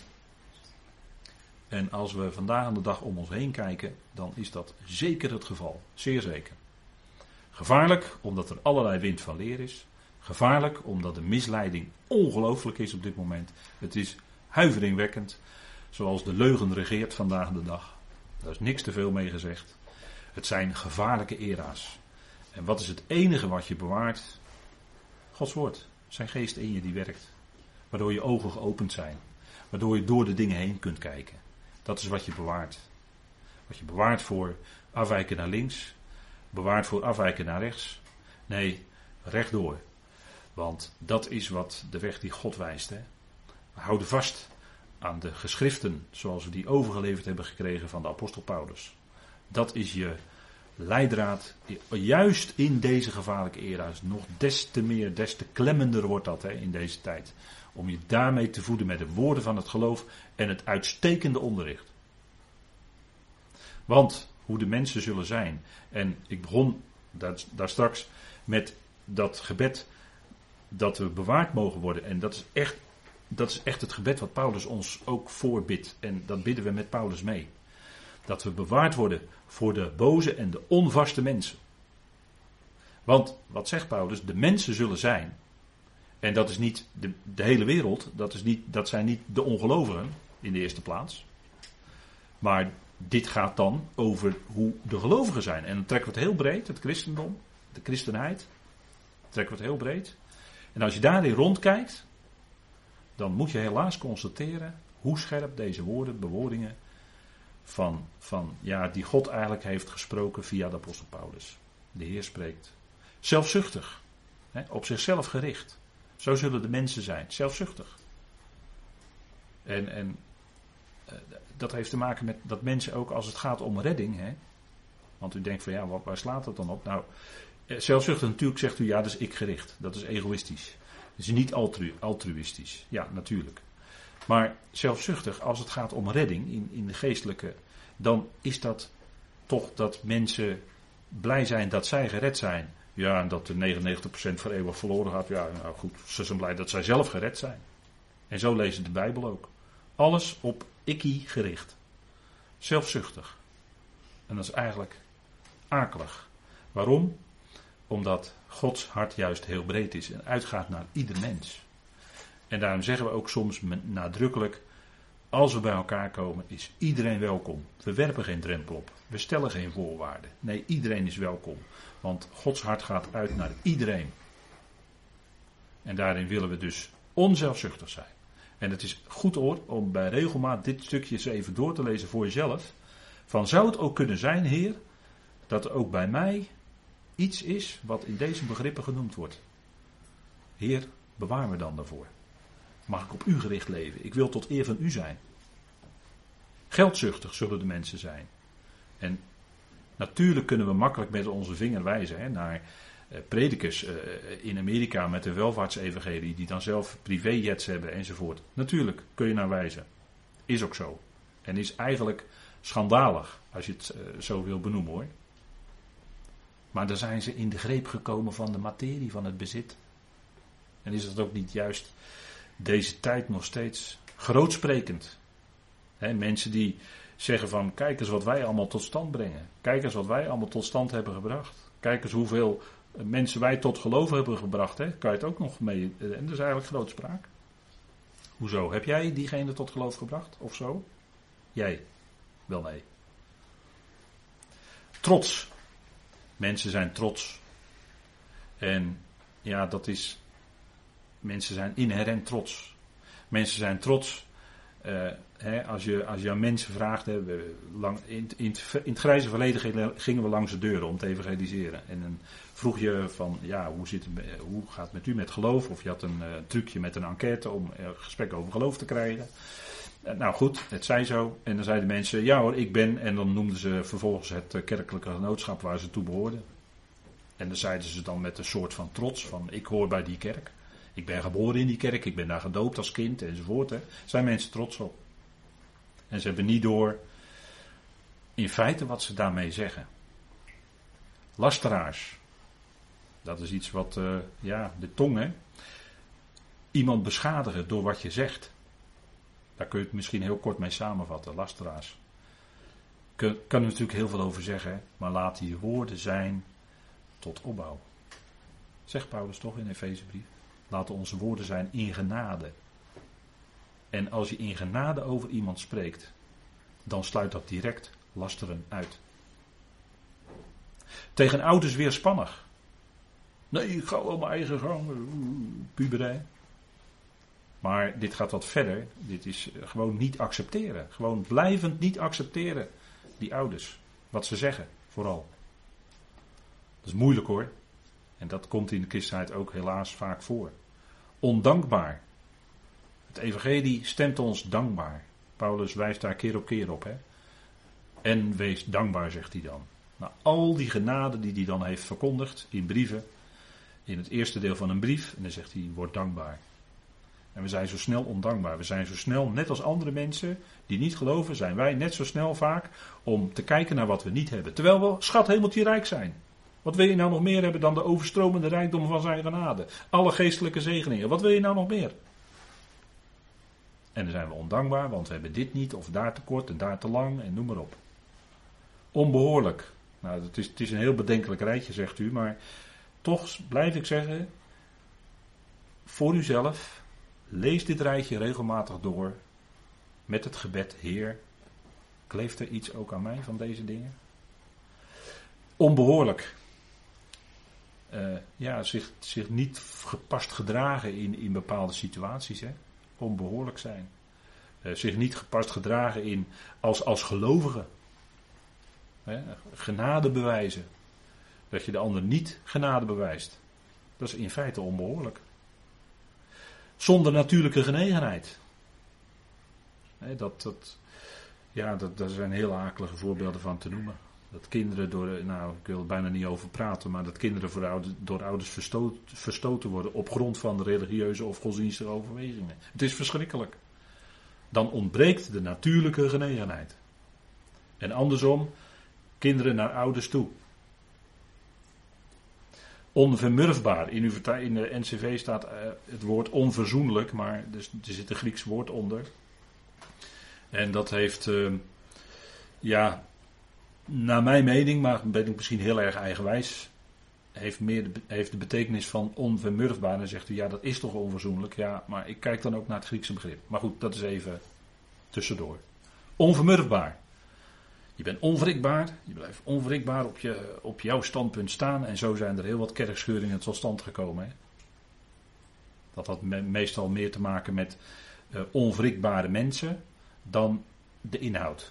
Speaker 1: En als we vandaag aan de dag om ons heen kijken, dan is dat zeker het geval. Zeer zeker. Gevaarlijk omdat er allerlei wind van leer is. Gevaarlijk omdat de misleiding ongelooflijk is op dit moment. Het is huiveringwekkend. Zoals de leugen regeert vandaag de dag. Daar is niks te veel mee gezegd. Het zijn gevaarlijke era's. En wat is het enige wat je bewaart? Gods woord. Zijn geest in je die werkt. Waardoor je ogen geopend zijn. Waardoor je door de dingen heen kunt kijken. Dat is wat je bewaart. Wat je bewaart voor afwijken naar links. Bewaart voor afwijken naar rechts. Nee, rechtdoor. Want dat is wat de weg die God wijst. Hè? We houden vast aan de geschriften zoals we die overgeleverd hebben gekregen van de apostel Paulus. Dat is je leidraad, juist in deze gevaarlijke era's. Nog des te meer, des te klemmender wordt dat, hè, in deze tijd. Om je daarmee te voeden met de woorden van het geloof en het uitstekende onderricht. Want hoe de mensen zullen zijn. En ik begon daar, daar straks met dat gebed dat we bewaard mogen worden. En dat is echt, dat is echt het gebed wat Paulus ons ook voorbidt. En dat bidden we met Paulus mee. Dat we bewaard worden voor de boze en de onvaste mensen. Want, wat zegt Paulus? De mensen zullen zijn. En dat is niet de, de hele wereld. Dat, is niet, dat zijn niet de ongelovigen in de eerste plaats. Maar dit gaat dan over hoe de gelovigen zijn. En dan trekken we het heel breed, het christendom, de christenheid. Trekken we het heel breed. En als je daarin rondkijkt, dan moet je helaas constateren hoe scherp deze woorden, bewoordingen van, van ja, die God eigenlijk heeft gesproken via de apostel Paulus. De Heer spreekt. Zelfzuchtig, hè, op zichzelf gericht. Zo zullen de mensen zijn, zelfzuchtig. En, en uh, dat heeft te maken met dat mensen ook als het gaat om redding, hè, want u denkt van ja, waar, waar slaat dat dan op? Nou, uh, zelfzuchtig natuurlijk zegt u ja, dat is ik gericht, dat is egoïstisch. Dat is niet altru, altruïstisch, ja natuurlijk. Maar zelfzuchtig, als het gaat om redding in, in de geestelijke, dan is dat toch dat mensen blij zijn dat zij gered zijn. Ja, en dat de negenennegentig procent voor eeuwig verloren gaat. Ja, nou goed, ze zijn blij dat zij zelf gered zijn. En zo lezen de Bijbel ook. Alles op ikkie gericht. Zelfzuchtig. En dat is eigenlijk akelig. Waarom? Omdat Gods hart juist heel breed is en uitgaat naar ieder mens. En daarom zeggen we ook soms nadrukkelijk, als we bij elkaar komen, is iedereen welkom. We werpen geen drempel op. We stellen geen voorwaarden. Nee, iedereen is welkom. Want Gods hart gaat uit naar iedereen. En daarin willen we dus onzelfzuchtig zijn. En het is goed hoor, om bij regelmaat dit stukje eens even door te lezen voor jezelf. Van zou het ook kunnen zijn, Heer, dat er ook bij mij iets is wat in deze begrippen genoemd wordt. Heer, bewaar me dan daarvoor. Mag ik op u gericht leven? Ik wil tot eer van u zijn. Geldzuchtig zullen de mensen zijn. En natuurlijk kunnen we makkelijk met onze vinger wijzen hè, naar eh, predikers eh, in Amerika met de welvaartsevangelie die dan zelf privéjets hebben enzovoort. Natuurlijk kun je naar wijzen. Is ook zo. En is eigenlijk schandalig als je het eh, zo wil benoemen hoor. Maar dan zijn ze in de greep gekomen van de materie, van het bezit. En is dat ook niet juist deze tijd nog steeds grootsprekend? He, mensen die zeggen van, kijk eens wat wij allemaal tot stand brengen. Kijk eens wat wij allemaal tot stand hebben gebracht. Kijk eens hoeveel mensen wij tot geloof hebben gebracht. He. Kan je het ook nog mee? En dat is eigenlijk grootspraak. Hoezo? Heb jij diegene tot geloof gebracht? Of zo? Jij? Wel nee. Trots. Mensen zijn trots. En ja, dat is... Mensen zijn inherent trots. Mensen zijn trots. Uh, hè, als, je, als je aan mensen vraagt. Hè, we, lang, in, in, het, in het grijze verleden gingen we langs de deuren om te evangeliseren. En dan vroeg je van. Ja, hoe, zit het, hoe gaat het met u met geloof? Of je had een uh, trucje met een enquête om een uh, gesprek over geloof te krijgen. Uh, nou goed, het zei zo. En dan zeiden mensen. Ja hoor, ik ben. En dan noemden ze vervolgens het uh, kerkelijke genootschap waar ze toe behoorden. En dan zeiden ze dan met een soort van trots. Van ik hoor bij die kerk. Ik ben geboren in die kerk, ik ben daar gedoopt als kind enzovoort. Hè. Zijn mensen trots op. En ze hebben niet door in feite wat ze daarmee zeggen. Lasteraars. Dat is iets wat, uh, ja, de tong hè. Iemand beschadigen door wat je zegt. Daar kun je het misschien heel kort mee samenvatten, lasteraars. Kan, kan er natuurlijk heel veel over zeggen, hè? Maar laat die woorden zijn tot opbouw. Zegt Paulus toch in Efezebrief. Laten onze woorden zijn in genade. En als je in genade over iemand spreekt, dan sluit dat direct lasteren uit. Tegen ouders weerspannig. Nee, ik ga wel mijn eigen gang. Puberij. Maar dit gaat wat verder. Dit is gewoon niet accepteren. Gewoon blijvend niet accepteren. Die ouders. Wat ze zeggen, vooral. Dat is moeilijk hoor. En dat komt in de christenheid ook helaas vaak voor. Ondankbaar. Het evangelie stemt ons dankbaar. Paulus wijst daar keer op keer op. Hè? En wees dankbaar, zegt hij dan. Nou, al die genade die hij dan heeft verkondigd in brieven. In het eerste deel van een brief. En dan zegt hij, word dankbaar. En we zijn zo snel ondankbaar. We zijn zo snel, net als andere mensen die niet geloven, zijn wij net zo snel vaak om te kijken naar wat we niet hebben. Terwijl we schat hemeltje rijk zijn. Wat wil je nou nog meer hebben dan de overstromende rijkdom van zijn genade? Alle geestelijke zegeningen. Wat wil je nou nog meer? En dan zijn we ondankbaar, want we hebben dit niet, of daar tekort en daar te lang en noem maar op. Onbehoorlijk. Nou, het is, het is een heel bedenkelijk rijtje, zegt u, maar toch blijf ik zeggen, voor uzelf, lees dit rijtje regelmatig door met het gebed, Heer, kleeft er iets ook aan mij van deze dingen? Onbehoorlijk. Uh, ja, zich, zich niet gepast gedragen in, in bepaalde situaties. Hè? Onbehoorlijk zijn. Uh, zich niet gepast gedragen in, als, als gelovige. Hè? Genade bewijzen. Dat je de ander niet genade bewijst. Dat is in feite onbehoorlijk. Zonder natuurlijke genegenheid. He, dat, dat, ja, dat, daar zijn heel akelige voorbeelden van te noemen. Dat kinderen door, nou ik wil er bijna niet over praten, maar dat kinderen voor ouders, door ouders verstoot, verstoten worden op grond van religieuze of godsdienstige overwegingen. Het is verschrikkelijk. Dan ontbreekt de natuurlijke genegenheid. En andersom, kinderen naar ouders toe. Onvermurfbaar. In, uw, in de N C V staat uh, het woord onverzoenlijk, maar dus, er zit een Grieks woord onder. En dat heeft, uh, ja, naar mijn mening, maar ben ik misschien heel erg eigenwijs, heeft, meer de, heeft de betekenis van onvermurfbaar. En dan zegt u, ja, dat is toch onverzoenlijk? Ja, maar ik kijk dan ook naar het Griekse begrip. Maar goed, dat is even tussendoor. Onvermurfbaar. Je bent onwrikbaar, je blijft onwrikbaar op, je, op jouw standpunt staan. En zo zijn er heel wat kerkscheuringen tot stand gekomen. Hè? Dat had me, meestal meer te maken met uh, onwrikbare mensen dan de inhoud.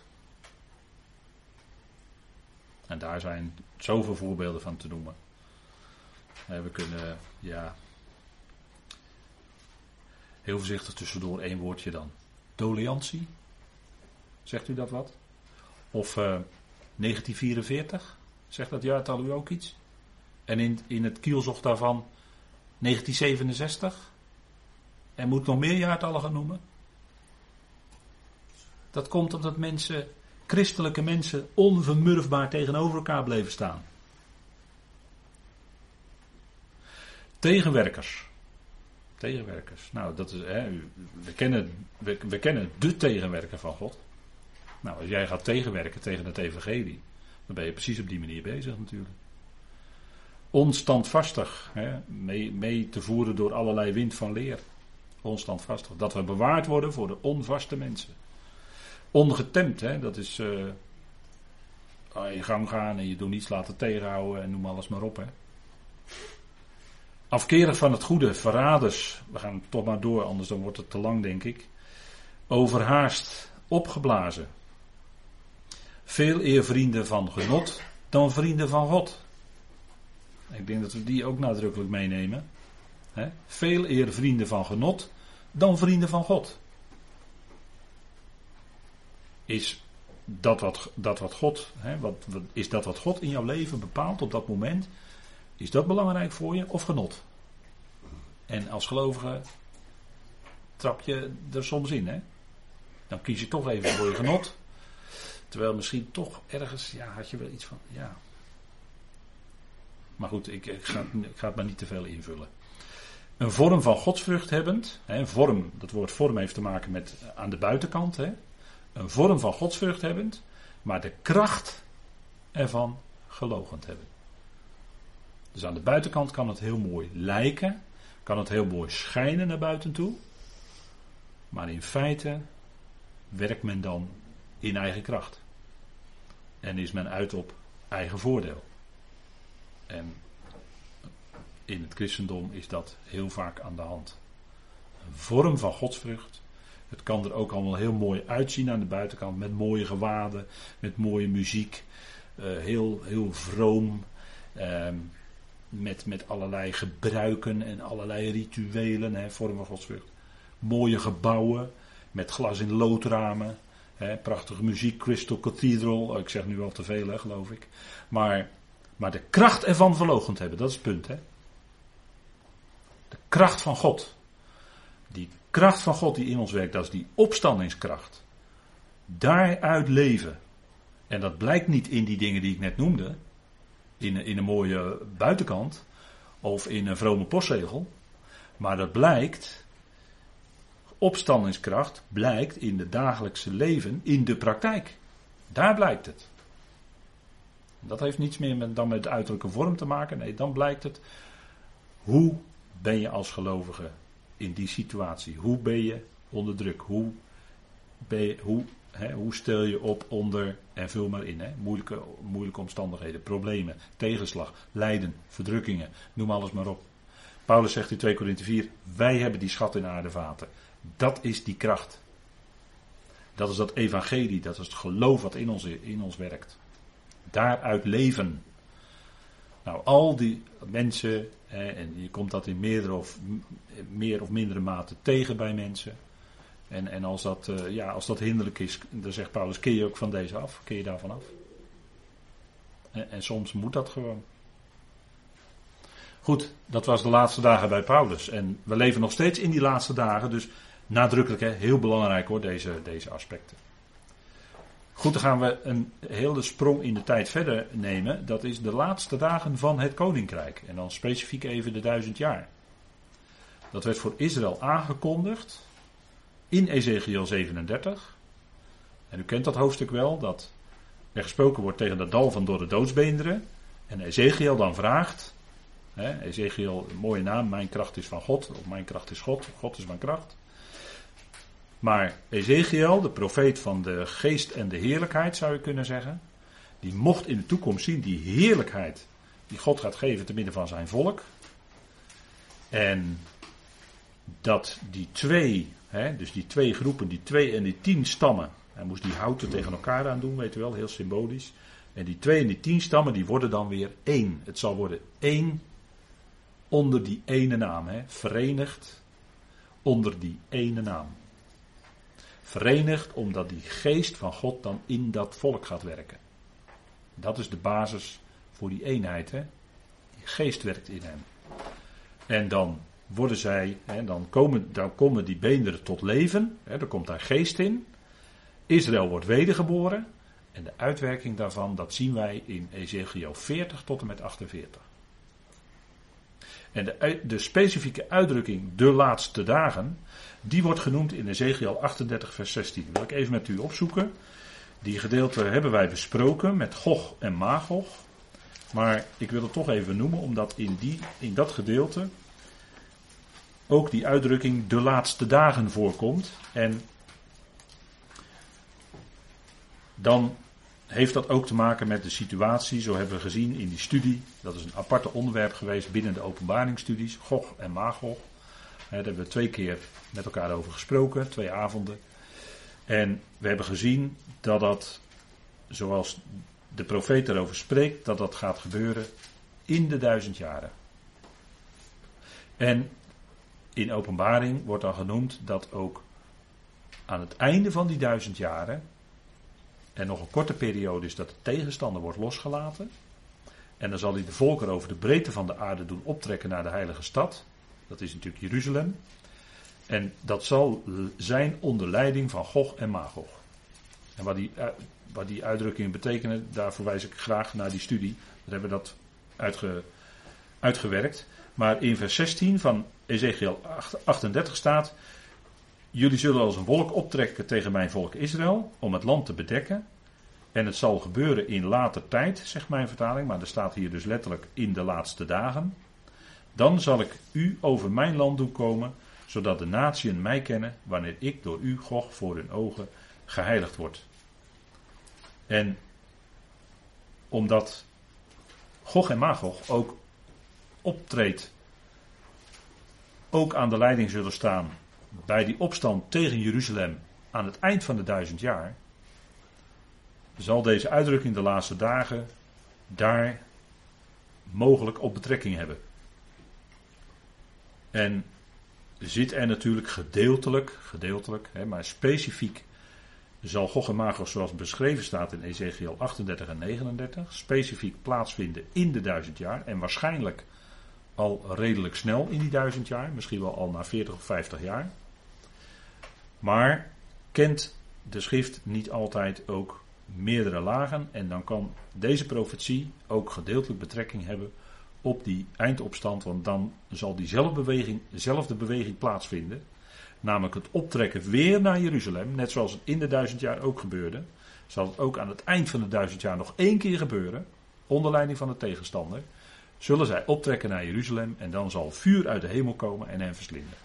Speaker 1: En daar zijn zoveel voorbeelden van te noemen. Uh, we kunnen, ja, heel voorzichtig tussendoor één woordje dan. Doleantie. Zegt u dat wat? Of uh, negentien vierenveertig, zegt dat jaartal u ook iets? En in, in het kielzog daarvan negentien zevenenzestig? En moet ik nog meer jaartallen gaan noemen? Dat komt omdat mensen, christelijke mensen, onvermurfbaar tegenover elkaar bleven staan. Tegenwerkers. Tegenwerkers. Nou, dat is, hè, we, kennen, we, we kennen de tegenwerker van God. Nou, als jij gaat tegenwerken tegen het evangelie, dan ben je precies op die manier bezig natuurlijk. Onstandvastig, hè, mee, mee te voeren door allerlei wind van leer. Onstandvastig, dat we bewaard worden voor de onvaste mensen. Ongetemd, hè, dat is uh, je gang gaan en je door niets laten tegenhouden en noem alles maar op. Hè. Afkerig van het goede, verraders, we gaan toch maar door, anders dan wordt het te lang denk ik. Overhaast, opgeblazen. Veel eer vrienden van genot dan vrienden van God. Ik denk dat we die ook nadrukkelijk meenemen. He? Veel eer vrienden van genot dan vrienden van God. Is dat wat, dat wat God, he, wat, wat, is dat wat God in jouw leven bepaalt op dat moment? Is dat belangrijk voor je of genot? En als gelovige trap je er soms in, hè? Dan kies je toch even voor je genot. Terwijl misschien toch ergens, ja, had je wel iets van, ja. Maar goed, ik, ik, ga, ik ga het maar niet te veel invullen. Een vorm van godsvrucht hebbend. Hè, een vorm, dat woord vorm heeft te maken met aan de buitenkant. Hè, een vorm van godsvrucht hebbend. Maar de kracht ervan geloochend hebben. Dus aan de buitenkant kan het heel mooi lijken. Kan het heel mooi schijnen naar buiten toe. Maar in feite werkt men dan in eigen kracht. En is men uit op eigen voordeel. En in het christendom is dat heel vaak aan de hand. Een vorm van godsvrucht. Het kan er ook allemaal heel mooi uitzien aan de buitenkant. Met mooie gewaden, met mooie muziek. Uh, heel, heel vroom. Uh, met, met allerlei gebruiken en allerlei rituelen. Hè, vorm van godsvrucht. Mooie gebouwen. Met glas in loodramen. Hè, prachtige muziek, Crystal Cathedral. Ik zeg nu al te veel, hè, geloof ik. Maar, maar de kracht ervan verloochend hebben, dat is het punt. Hè. De kracht van God. Die kracht van God die in ons werkt, dat is die opstandingskracht. Daaruit leven. En dat blijkt niet in die dingen die ik net noemde. In, in een mooie buitenkant. Of in een vrome postzegel. Maar dat blijkt... Opstandingskracht blijkt in het dagelijkse leven, in de praktijk. Daar blijkt het. Dat heeft niets meer met, dan met de uiterlijke vorm te maken. Nee, dan blijkt het. Hoe ben je als gelovige in die situatie? Hoe ben je onder druk? Hoe, ben je, hoe, hè, hoe stel je op onder, en vul maar in, hè, moeilijke, moeilijke omstandigheden, problemen, tegenslag, lijden, verdrukkingen, noem alles maar op. Paulus zegt in twee Korinthe vier, wij hebben die schat in aardevaten. Dat is die kracht. Dat is dat evangelie, dat is het geloof wat in ons, in ons werkt. Daaruit leven. Nou, al die mensen, hè, en je komt dat in meerdere of, meer of mindere mate tegen bij mensen. En, en als, dat, uh, ja, als dat hinderlijk is, dan zegt Paulus, keer je ook van deze af, keer je daarvan af. En, en soms moet dat gewoon. Goed, dat was de laatste dagen bij Paulus. En we leven nog steeds in die laatste dagen, dus nadrukkelijk, hè, heel belangrijk hoor, deze, deze aspecten. Goed, dan gaan we een hele sprong in de tijd verder nemen. Dat is de laatste dagen van het koninkrijk. En dan specifiek even de duizend jaar. Dat werd voor Israël aangekondigd in Ezechiël zevenendertig. En u kent dat hoofdstuk wel, dat er gesproken wordt tegen dat dal van door de doodsbeenderen. En Ezechiël dan vraagt, hè, Ezechiël, een mooie naam, mijn kracht is van God, of mijn kracht is God, God is mijn kracht. Maar Ezechiël, de profeet van de geest en de heerlijkheid zou je kunnen zeggen, die mocht in de toekomst zien die heerlijkheid die God gaat geven te midden van zijn volk. En dat die twee, hè, dus die twee groepen, die twee en die tien stammen, hij moest die houten tegen elkaar aan doen, weet u wel, heel symbolisch. En die twee en die tien stammen, die worden dan weer één. Het zal worden één onder die ene naam, hè, verenigd onder die ene naam. Verenigd omdat die geest van God dan in dat volk gaat werken. Dat is de basis voor die eenheid. Hè? Die geest werkt in hem. En dan worden zij, hè, dan, komen, dan komen die beenderen tot leven. Hè, er komt daar geest in. Israël wordt wedergeboren. En de uitwerking daarvan, dat zien wij in Ezechiël veertig tot en met achtenveertig. En de, de specifieke uitdrukking, de laatste dagen, die wordt genoemd in Ezechiël achtendertig vers zestien. Dat wil ik even met u opzoeken. Die gedeelte hebben wij besproken met Gog en Magog. Maar ik wil het toch even noemen, omdat in, die, in dat gedeelte ook die uitdrukking de laatste dagen voorkomt. En dan heeft dat ook te maken met de situatie, zo hebben we gezien in die studie. Dat is een aparte onderwerp geweest binnen de openbaringsstudies, Gog en Magog. Daar hebben we twee keer met elkaar over gesproken, twee avonden. En we hebben gezien dat dat, zoals de profeet daarover spreekt, dat dat gaat gebeuren in de duizend jaren. En in openbaring wordt dan genoemd dat ook aan het einde van die duizend jaren, en nog een korte periode is dat de tegenstander wordt losgelaten. En dan zal hij de volkeren over de breedte van de aarde doen optrekken naar de heilige stad. Dat is natuurlijk Jeruzalem. En dat zal zijn onder leiding van Gog en Magog. En wat die, wat die uitdrukkingen betekenen, daar verwijs ik graag naar die studie. Daar hebben we dat uitge, uitgewerkt. Maar in vers zestien van Ezechiël achtendertig staat: jullie zullen als een wolk optrekken tegen mijn volk Israël, om het land te bedekken. En het zal gebeuren in later tijd, zegt mijn vertaling, maar er staat hier dus letterlijk in de laatste dagen. Dan zal ik u over mijn land doen komen, zodat de natieën mij kennen, wanneer ik door u, Gog, voor hun ogen geheiligd word. En omdat Gog en Magog ook optreedt, ook aan de leiding zullen staan bij die opstand tegen Jeruzalem aan het eind van de duizend jaar, zal deze uitdrukking de laatste dagen daar mogelijk op betrekking hebben. En zit er natuurlijk gedeeltelijk, gedeeltelijk, hè, maar specifiek zal Gog en Magog, zoals beschreven staat in Ezechiël achtendertig en negenendertig, specifiek plaatsvinden in de duizend jaar en waarschijnlijk al redelijk snel in die duizend jaar, misschien wel al na veertig of vijftig jaar. Maar kent de schrift niet altijd ook meerdere lagen en dan kan deze profetie ook gedeeltelijk betrekking hebben op die eindopstand, want dan zal diezelfde beweging, dezelfde beweging plaatsvinden, namelijk het optrekken weer naar Jeruzalem, net zoals het in de duizend jaar ook gebeurde, zal het ook aan het eind van de duizend jaar nog één keer gebeuren, onder leiding van de tegenstander, zullen zij optrekken naar Jeruzalem en dan zal vuur uit de hemel komen en hen verslinden.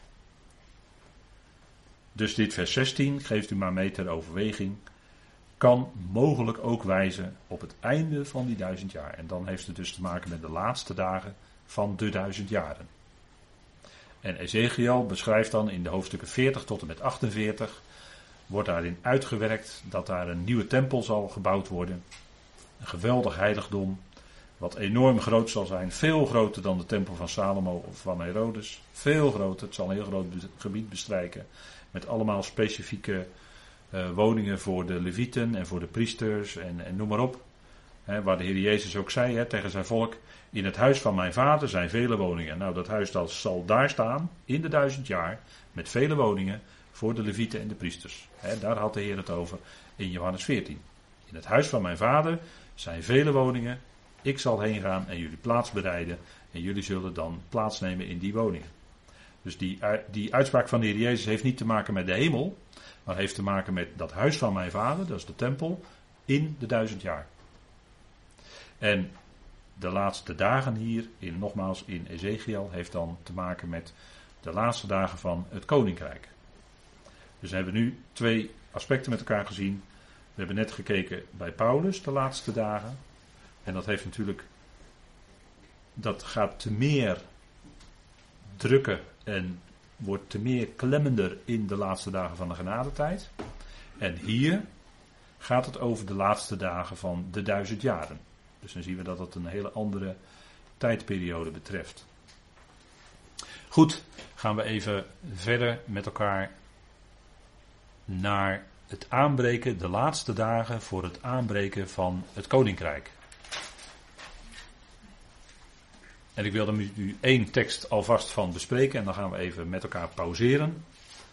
Speaker 1: Dus dit vers zestien, geeft u maar mee ter overweging, kan mogelijk ook wijzen op het einde van die duizend jaar. En dan heeft het dus te maken met de laatste dagen van de duizend jaren. En Ezechiël beschrijft dan in de hoofdstukken veertig tot en met achtenveertig, wordt daarin uitgewerkt dat daar een nieuwe tempel zal gebouwd worden. Een geweldig heiligdom, wat enorm groot zal zijn, veel groter dan de tempel van Salomo of van Herodes, veel groter, het zal een heel groot gebied bestrijken, met allemaal specifieke uh, woningen voor de levieten en voor de priesters en, en noem maar op. He, waar de Heer Jezus ook zei he, tegen zijn volk, in het huis van mijn vader zijn vele woningen. Nou, dat huis dat zal daar staan, in de duizend jaar, met vele woningen voor de levieten en de priesters. He, daar had de Heer het over in Johannes veertien. In het huis van mijn vader zijn vele woningen, ik zal heen gaan en jullie plaats bereiden en jullie zullen dan plaatsnemen in die woningen. Dus die, die uitspraak van de Heer Jezus heeft niet te maken met de hemel, maar heeft te maken met dat huis van mijn vader, dat is de tempel, in de duizend jaar. En de laatste dagen hier, in, nogmaals in Ezekiel, heeft dan te maken met de laatste dagen van het koninkrijk. Dus we hebben nu twee aspecten met elkaar gezien. We hebben net gekeken bij Paulus, de laatste dagen. En dat heeft natuurlijk, dat gaat te meer drukken en wordt te meer klemmender in de laatste dagen van de genadetijd. En hier gaat het over de laatste dagen van de duizend jaren. Dus dan zien we dat het een hele andere tijdperiode betreft. Goed, gaan we even verder met elkaar naar het aanbreken, de laatste dagen voor het aanbreken van het koninkrijk. En ik wil er nu één tekst alvast van bespreken en dan gaan we even met elkaar pauzeren.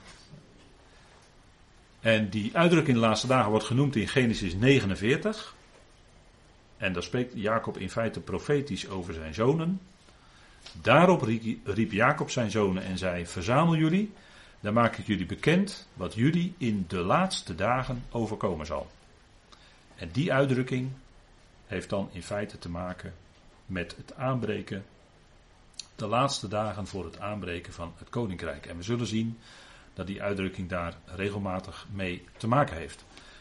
Speaker 1: En die uitdrukking de laatste dagen wordt genoemd in Genesis negenenveertig. En daar spreekt Jacob in feite profetisch over zijn zonen. Daarop riep Jacob zijn zonen en zei, verzamel jullie, dan maak ik jullie bekend wat jullie in de laatste dagen overkomen zal. En die uitdrukking heeft dan in feite te maken met het aanbreken, de laatste dagen voor het aanbreken van het koninkrijk. En we zullen zien dat die uitdrukking daar regelmatig mee te maken heeft.